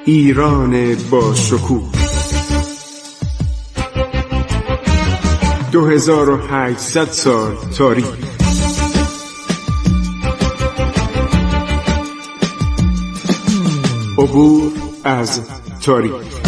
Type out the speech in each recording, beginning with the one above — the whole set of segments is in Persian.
ایران با شکوه 2800 سال تاریخ. عبور از تاریخ.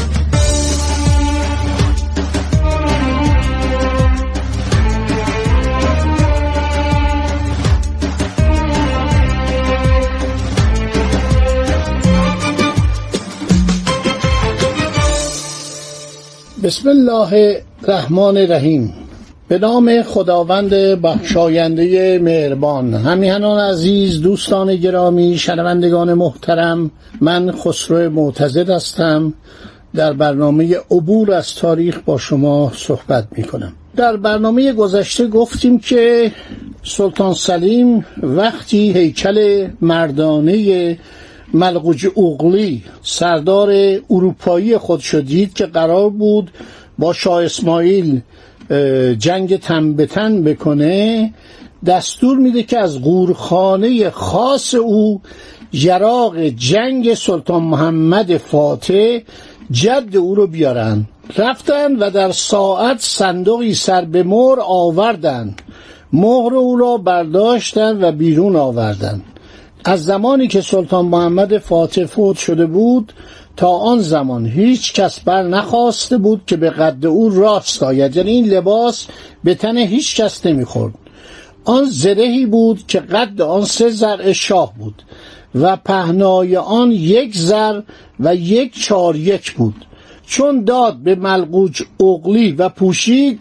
بسم الله الرحمن الرحیم. به نام خداوند بخشاینده مهربان. همیهنان عزیز، دوستان گرامی، شنوندگان محترم، من خسرو معتضد هستم. در برنامه عبور از تاریخ با شما صحبت می کنم. در برنامه گذشته گفتیم که سلطان سلیم وقتی هیکل مردانه ملقوج اوغلی سردار اروپایی خود دید که قرار بود با شاه اسماعیل جنگ تن به تن بکنه، دستور میده که از گورخانه خاص او یراق جنگ سلطان محمد فاتح جد او رو بیارن. رفتن و در ساعت صندوقی سر به مهر آوردن، مهر او را برداشتن و بیرون آوردن. از زمانی که سلطان محمد فاتح فوت شده بود تا آن زمان هیچ کس بر نخواسته بود که به قد او راست آید، یعنی این لباس به تن هیچ کس نمیخورد. آن زرهی بود که قد آن 3 ضرع شاه بود و پهنای آن 1 ضرع و 1/4 بود. چون داد به ملقوج اوغلی و پوشید،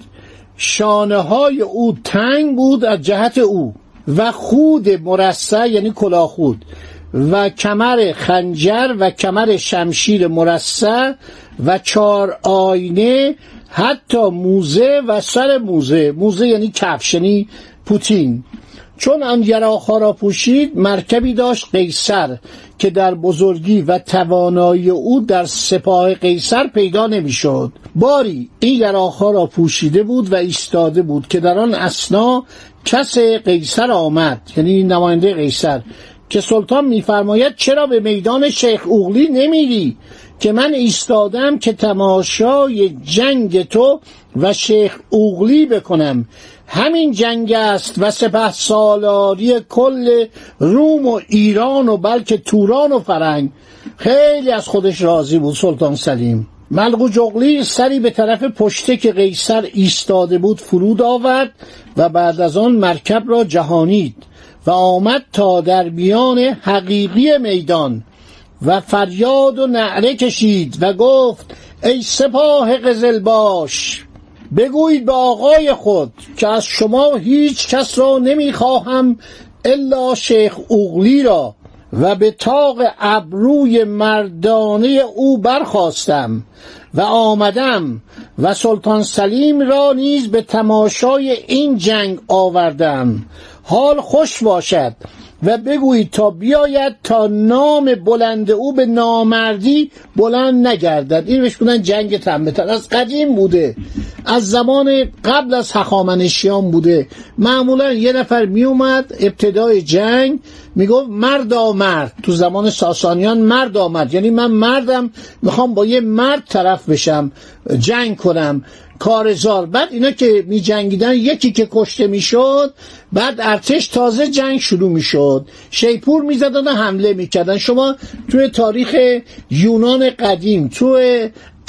شانه های او تنگ بود از جهت او و خود مرصع یعنی کلاهخود و کمر خنجر و کمر شمشیر مرصع و 4 آینه، حتی موزه و سر موزه. موزه یعنی کفش، یعنی پوتین. چون آن یراق‌ها را پوشید، مرکبی داشت قیصر که در بزرگی و توانایی او در سپاه قیصر پیدا نمی‌شد. باری این یراق‌ها را پوشیده بود و ایستاده بود که در آن اثنا کس قیصر آمد، یعنی نماینده قیصر، که سلطان می‌فرماید چرا به میدان شیخ اوغلی نمیری که من ایستادم که تماشای جنگ تو و شیخ اوغلی بکنم. همین جنگ است و سپه سالاری کل روم و ایران و بلکه توران و فرنگ. خیلی از خودش راضی بود سلطان سلیم. ملقوج اوغلی سری به طرف پشته که قیصر ایستاده بود فرود آورد و بعد از آن مرکب را جهانید و آمد تا در میان حقیقی میدان و فریاد و نعره کشید و گفت ای سپاه قزلباش، بگویید به آقای خود که از شما هیچ کس را نمیخواهم الا شیخ اوغلی را، و به طاق ابروی مردانه او برخاستم و آمدم و سلطان سلیم را نیز به تماشای این جنگ آوردم. حال خوش باشد و بگویید تا بیاید تا نام بلند او به نامردی بلند نگردد. این بهش بودن جنگ تن به تن. از قدیم بوده، از زمان قبل از هخامنشیان بوده. معمولا یه نفر می اومد ابتدای جنگ میگفت مرد آمد. تو زمان ساسانیان مرد آمد یعنی من مردم، میخوام با یه مرد طرف بشم، جنگ کنم، کارزار. بعد اینا که می جنگیدن یکی که کشته می شد، بعد ارتش تازه جنگ شروع می شد، شیپور می زدن و حمله می کردن. شما توی تاریخ یونان قدیم، توی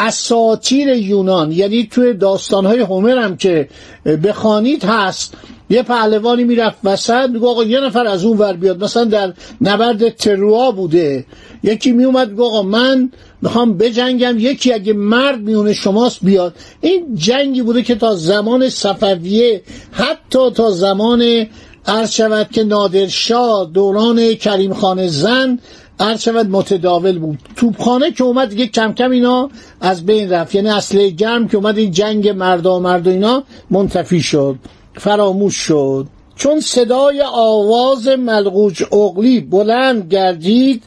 اساطیر یونان، یعنی توی داستانهای هومر هم که بخوانید هست، یه پهلوانی میرفت وسط میگه آقا یه نفر از اون ور بیاد. مثلا در نبرد تروا بوده، یکی میومد میگه آقا من میخوام بجنگم، یکی اگه مرد میونه شماست بیاد. این جنگی بوده که تا زمان صفویه، حتی تا زمان عرض شود که نادرشاه، دوران کریم خان زند، عرض شود متداول بود. توپخانه که اومد دیگه کم کم اینا از بین رفت، یعنی اسلحه گرم که اومد این جنگ مرد اینا منتفی شد، فراموش شد. چون صدای آواز ملقوج اوغلی بلند گردید،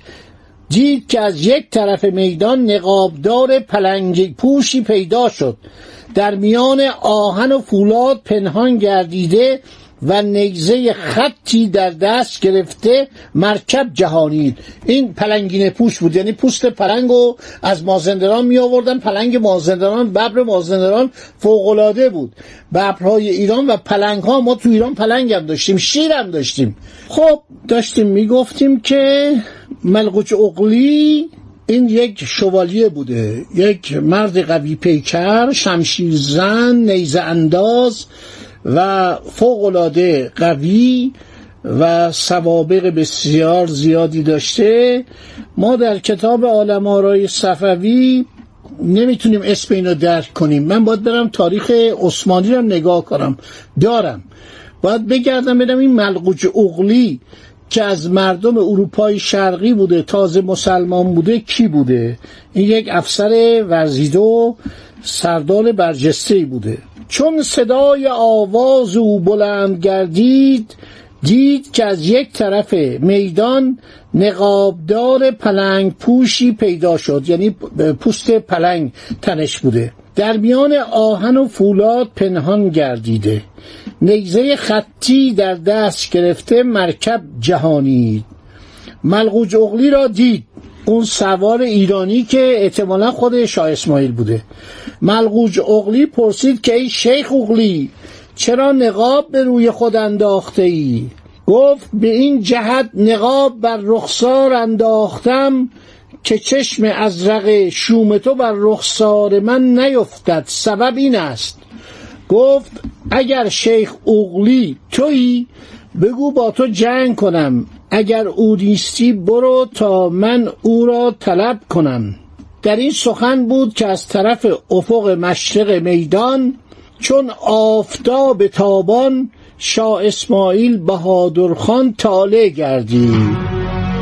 دید که از یک طرف میدان نقابدار پلنگ پوشی پیدا شد، در میان آهن و فولاد پنهان گردیده و نیزه خطی در دست گرفته مرکب جهانید. این پلنگینه پوش بود، یعنی پوست پلنگو از مازندران می آوردن. پلنگ مازندران، ببر مازندران فوق‌العاده بود. ببرهای ایران و پلنگ ها، ما تو ایران پلنگ هم داشتیم، شیر هم داشتیم. خب داشتیم میگفتیم که ملغوج اغلی این یک شوالیه بوده، یک مرد قوی پیکر، شمشیر زن، نیزه انداز و فوق‌العاده قوی و سوابق بسیار زیادی داشته. ما در کتاب عالم آرای صفوی نمیتونیم اسم اینو درک کنیم. من باید برم تاریخ عثمانی رو نگاه کنم، باید بگردم ببینم این ملغوج اغلی که از مردم اروپای شرقی بوده، تازه مسلمان بوده، کی بوده. این یک افسر ورزیده و سردار برجسته‌ای بوده. چون صدای آواز او بلند گردید، دید که از یک طرف میدان نقابدار پلنگ پوشی پیدا شد، یعنی پوست پلنگ تنش بوده، در میان آهن و فولاد پنهان گردیده، نیزه خطی در دست گرفته مرکب جهانید. ملغوج اغلی را دید، اون سوار ایرانی که احتمالا خود شاه اسماعیل بوده. ملغوج اغلی پرسید که ای شیخ اغلی، چرا نقاب به روی خود انداخته ای؟ گفت به این جهت نقاب بر رخسار انداختم که چشم ازرق شوم تو بر رخسار من نیفتد. سبب این است. گفت اگر شیخ اغلی تویی بگو با تو جنگ کنم، اگر او نیستی برو تا من او را طلب کنم. در این سخن بود که از طرف افق مشرق میدان چون آفتاب تابان شاه اسماعیل بهادرخان طالع گردید.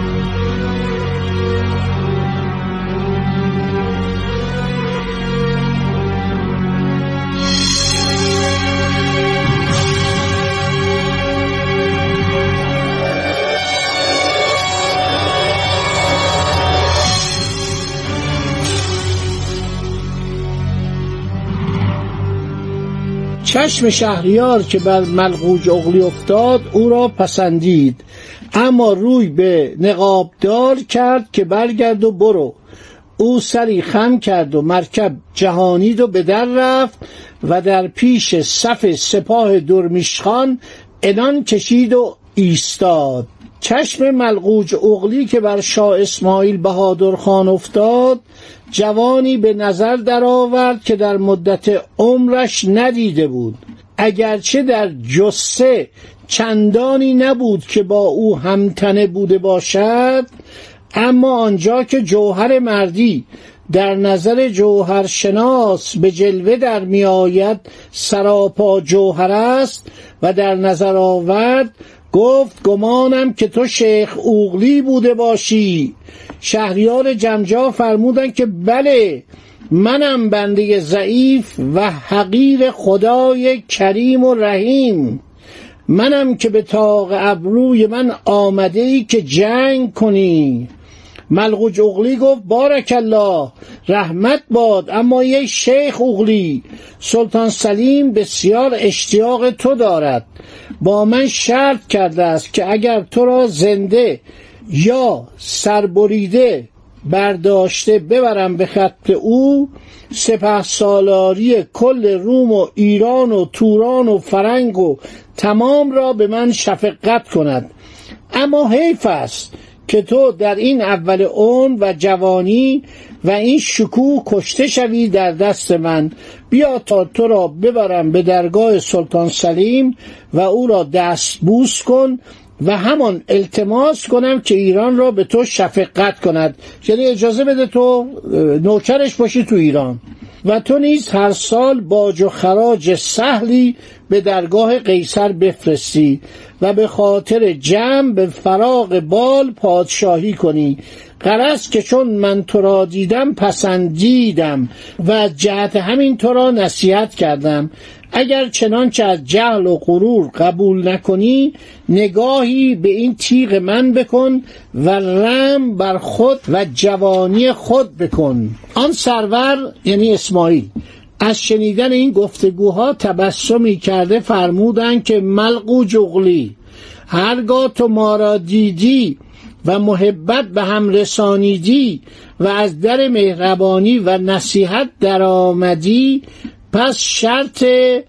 چشم شهریار که بر ملغوج اغلی افتاد او را پسندید، اما روی به نقابدار کرد که برگرد و برو. او سری خم کرد و مرکب جهانید و به در رفت و در پیش صف سپاه درمیشخان عنان کشید و ایستاد. چشم ملغوج اغلی که بر شاه اسماعیل بهادرخان افتاد جوانی به نظر درآورد که در مدت عمرش ندیده بود. اگرچه در جثه چندانی نبود که با او همتنه بوده باشد، اما آنجا که جوهر مردی در نظر جوهرشناس به جلوه در می آید سراپا جوهر است و در نظر آورد، گفت گمانم که تو شیخ اغلی بوده باشی. شهریار جمجا فرمودند که بله، منم بنده ضعیف و حقیر خدای کریم و رحیم، منم که به طاق ابروی من آمده ای که جنگ کنی. ملغوج اغلی گفت بارک الله، رحمت باد، اما یه شیخ اغلی، سلطان سلیم بسیار اشتیاق تو دارد، با من شرط کرده است که اگر تو را زنده یا سربریده برداشته ببرم به خط او، سپهسالاری کل روم و ایران و توران و فرنگ و تمام را به من شفقت کند. اما حیف است که تو در این اول عمر و جوانی و این شکوه کشته شوی در دست من. بیا تا تو را ببرم به درگاه سلطان سلیم و او را دست بوس کن و همان التماس کنم که ایران را به تو شفقت کند، یعنی اجازه بده تو نوکرش باشی تو ایران، و تو نیز هر سال باج و خراج سهلی به درگاه قیصر بفرستی و به خاطر جمع به فراغ بال پادشاهی کنی. غرض که چون من تو را دیدم پسندیدم و از جهت همین تو را نصیحت کردم. اگر چنانچه از جهل و غرور قبول نکنی، نگاهی به این تیغ من بکن و رحم بر خود و جوانی خود بکن. آن سرور یعنی اسماعیل از شنیدن این گفتگوها تبسمی کرده فرمودند که ملقوج اغلی، هرگاه تو ما را دیدی و محبت به هم رسانیدی و از در مهربانی و نصیحت در آمدی، پس شرط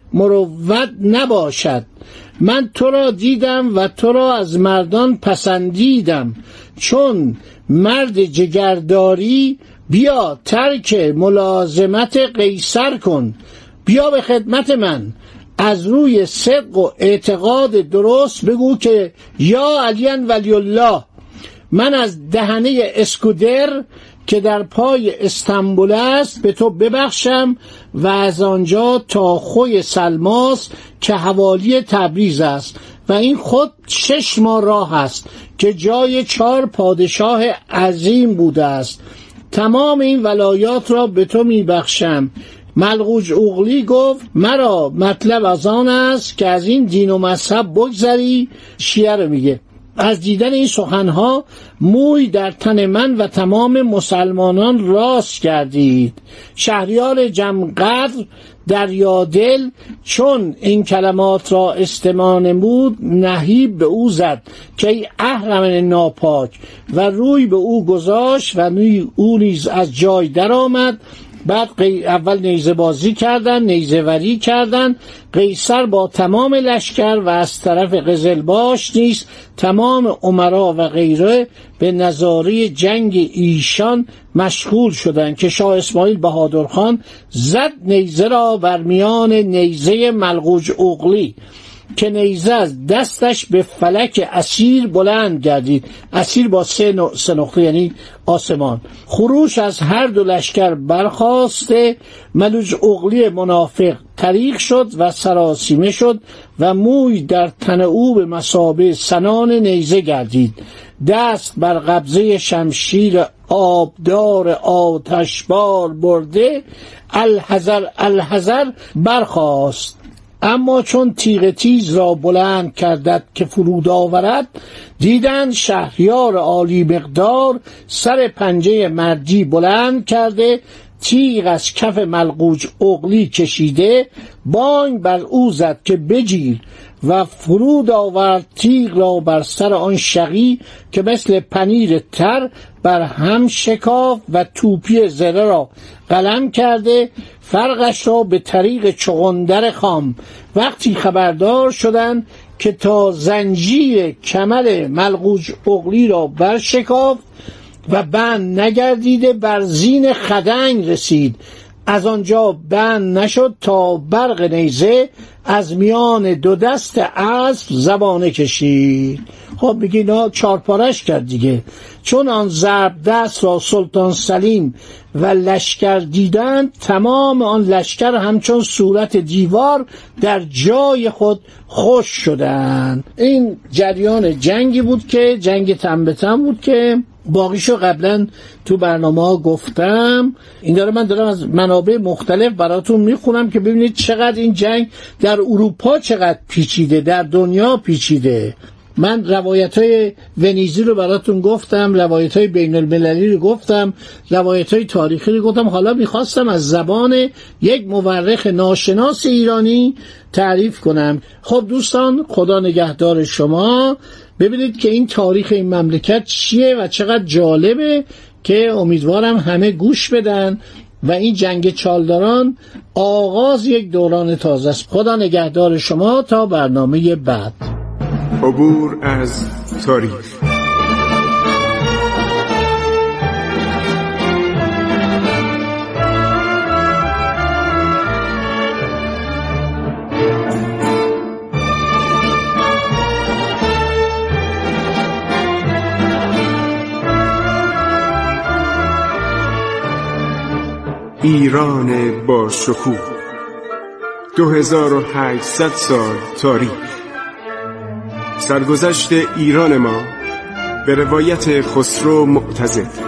مروت نباشد. من تو را دیدم و تو را از مردان پسندیدم، چون مرد جگرداری بیا ترک ملازمت قیصر کن، بیا به خدمت من، از روی صدق و اعتقاد درست بگو که یا علی ولی الله، من از دهنه اسکودر که در پای استانبول است به تو ببخشم و از آنجا تا خوی سلماس که حوالی تبریز است و این خود 6 ماه راه است که جای 4 پادشاه عظیم بوده است. تمام این ولایات را به تو میبخشم. ملقوج اغلی گفت مرا مطلب از آن است که از این دین و مذهب بگذری. شیعه رو میگه. از دیدن این سخنها موی در تن من و تمام مسلمانان راست کردید. شهریار جمقدر دریادل چون این کلمات را استماع نمود، نهیب به او زد که ای اهرمن ناپاک و روی به او گذاشت و او نیز از جای در آمد. بعد اول نیزه بازی کردن، نیزه وری کردن. قیصر با تمام لشکر و از طرف قزلباش نیز تمام امرا و غیره به نظاره جنگ ایشان مشغول شدند که شاه اسماعیل بهادرخان زد نیزه را بر میان نیزه ملقوج اغلی که نیزه از دستش به فلک اسیر بلند گردید. اسیر با 3 نقطه یعنی آسمان. خروش از هر دو لشکر برخاسته، ملوج اغلی منافق طریق شد و سراسیمه شد و موی در تن او به مثابه سنان نیزه گردید. دست بر قبضه شمشیر آبدار آتشبار برده الحذر الحذر برخاست. اما چون تیغ تیز را بلند کردد که فرود آورد، دیدند شهریار عالی مقدار سر پنجه مردی بلند کرده، تیغ از کف ملقوج اغلی کشیده، بانگ بر او زد که بجیر و فرود آورد تیغ را بر سر آن شقی که مثل پنیر تر بر هم شکاف و توپی زره را قلم کرده، فرقش را به طریق چغندر خام. وقتی خبردار شدند که تا زنجیر کمر ملقوج اغلی را برشکافت و بند نگردیده بر زین خدنگ رسید، از آنجا بند نشد تا برق نیزه از میان 2 دست اسب زبانه کشید. خب میگه اینا 4 پارش کرد دیگه. چون آن ضرب دست را سلطان سلیم و لشکر دیدند، تمام آن لشکر همچون صورت دیوار در جای خود خوش شدند. این جریان جنگی بود که جنگ تن به تن بود که باقیشو قبلا تو برنامه ها گفتم. این من دارم از منابع مختلف براتون میخونم که ببینید چقدر این جنگ در اروپا چقدر پیچیده، در دنیا پیچیده. من روایت‌های ونیزی رو براتون گفتم، روایت‌های بین المللی رو گفتم، روایت‌های تاریخی رو گفتم. حالا میخواستم از زبان یک مورخ ناشناس ایرانی تعریف کنم. خب دوستان، خدا نگهدار شما. ببینید که این تاریخ این مملکت چیه و چقدر جالبه که امیدوارم همه گوش بدن و این جنگ چالداران آغاز یک دوران تازه است. خدا نگهدار شما تا برنامه بعد. عبور از تاریخ. ایران با شکوه، 2800 سال تاریخ. سرگذشت ایران ما به روایت خسرو معتضد.